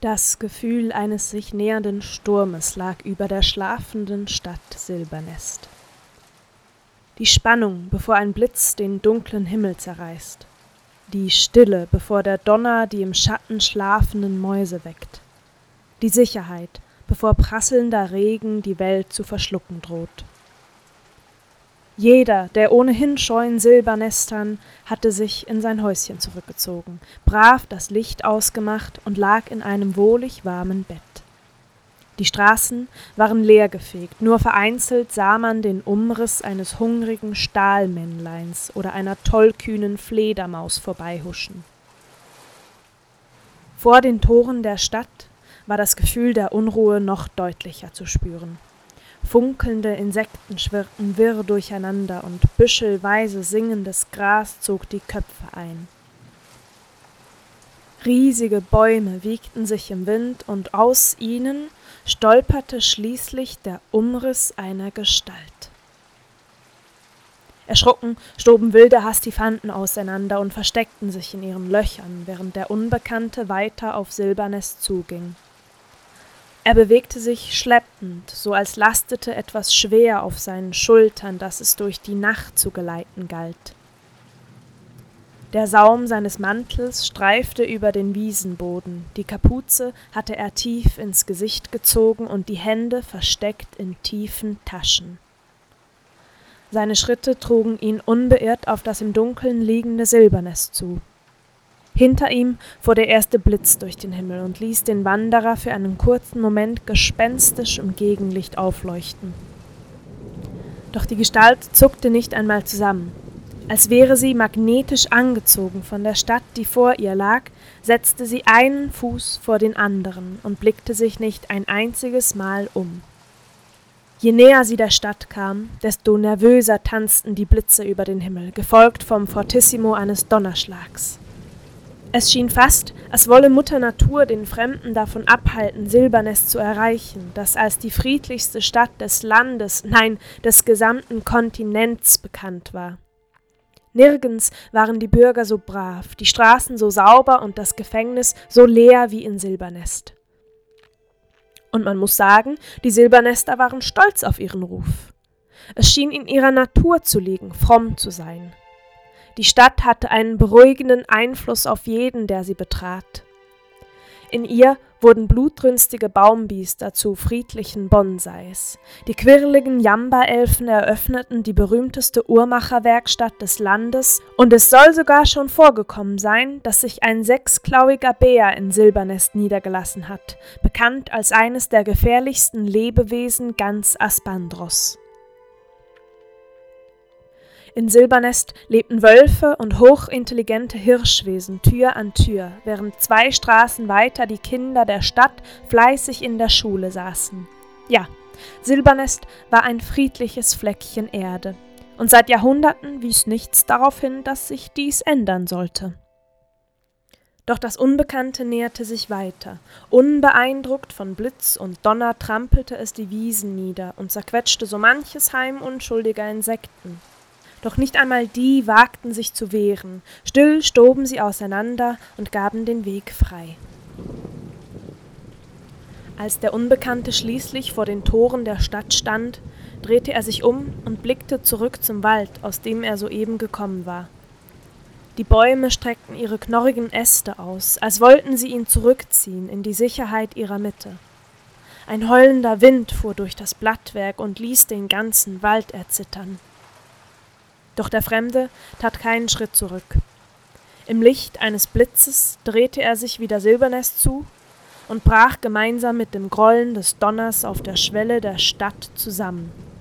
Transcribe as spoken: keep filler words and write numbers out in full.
Das Gefühl eines sich nähernden Sturmes lag über der schlafenden Stadt Silbernest. Die Spannung, bevor ein Blitz den dunklen Himmel zerreißt. Die Stille, bevor der Donner die im Schatten schlafenden Mäuse weckt. Die Sicherheit, bevor prasselnder Regen die Welt zu verschlucken droht. Jeder der ohnehin scheuen Silbernestern hatte sich in sein Häuschen zurückgezogen, brav das Licht ausgemacht und lag in einem wohlig warmen Bett. Die Straßen waren leergefegt, nur vereinzelt sah man den Umriss eines hungrigen Stahlmännleins oder einer tollkühnen Fledermaus vorbeihuschen. Vor den Toren der Stadt war das Gefühl der Unruhe noch deutlicher zu spüren. Funkelnde Insekten schwirrten wirr durcheinander und büschelweise singendes Gras zog die Köpfe ein. Riesige Bäume wiegten sich im Wind und aus ihnen stolperte schließlich der Umriss einer Gestalt. Erschrocken stoben wilde Hastifanten auseinander und versteckten sich in ihren Löchern, während der Unbekannte weiter auf Silbernest zuging. Er bewegte sich schleppend, so als lastete etwas schwer auf seinen Schultern, das es durch die Nacht zu geleiten galt. Der Saum seines Mantels streifte über den Wiesenboden, die Kapuze hatte er tief ins Gesicht gezogen und die Hände versteckt in tiefen Taschen. Seine Schritte trugen ihn unbeirrt auf das im Dunkeln liegende Silbernest zu. Hinter ihm fuhr der erste Blitz durch den Himmel und ließ den Wanderer für einen kurzen Moment gespenstisch im Gegenlicht aufleuchten. Doch die Gestalt zuckte nicht einmal zusammen. Als wäre sie magnetisch angezogen von der Stadt, die vor ihr lag, setzte sie einen Fuß vor den anderen und blickte sich nicht ein einziges Mal um. Je näher sie der Stadt kam, desto nervöser tanzten die Blitze über den Himmel, gefolgt vom Fortissimo eines Donnerschlags. Es schien fast, als wolle Mutter Natur den Fremden davon abhalten, Silbernest zu erreichen, das als die friedlichste Stadt des Landes, nein, des gesamten Kontinents bekannt war. Nirgends waren die Bürger so brav, die Straßen so sauber und das Gefängnis so leer wie in Silbernest. Und man muss sagen, die Silbernester waren stolz auf ihren Ruf. Es schien in ihrer Natur zu liegen, fromm zu sein. Die Stadt hatte einen beruhigenden Einfluss auf jeden, der sie betrat. In ihr wurden blutrünstige Baumbiester zu friedlichen Bonsais. Die quirligen Jamba-Elfen eröffneten die berühmteste Uhrmacherwerkstatt des Landes und es soll sogar schon vorgekommen sein, dass sich ein sechsklauiger Bär in Silbernest niedergelassen hat, bekannt als eines der gefährlichsten Lebewesen ganz Aspandros. In Silbernest lebten Wölfe und hochintelligente Hirschwesen Tür an Tür, während zwei Straßen weiter die Kinder der Stadt fleißig in der Schule saßen. Ja, Silbernest war ein friedliches Fleckchen Erde, und seit Jahrhunderten wies nichts darauf hin, dass sich dies ändern sollte. Doch das Unbekannte näherte sich weiter. Unbeeindruckt von Blitz und Donner trampelte es die Wiesen nieder und zerquetschte so manches Heim unschuldiger Insekten. Doch nicht einmal die wagten sich zu wehren. Still stoben sie auseinander und gaben den Weg frei. Als der Unbekannte schließlich vor den Toren der Stadt stand, drehte er sich um und blickte zurück zum Wald, aus dem er soeben gekommen war. Die Bäume streckten ihre knorrigen Äste aus, als wollten sie ihn zurückziehen in die Sicherheit ihrer Mitte. Ein heulender Wind fuhr durch das Blattwerk und ließ den ganzen Wald erzittern. Doch der Fremde tat keinen Schritt zurück. Im Licht eines Blitzes drehte er sich wieder Silbernest zu und brach gemeinsam mit dem Grollen des Donners auf der Schwelle der Stadt zusammen.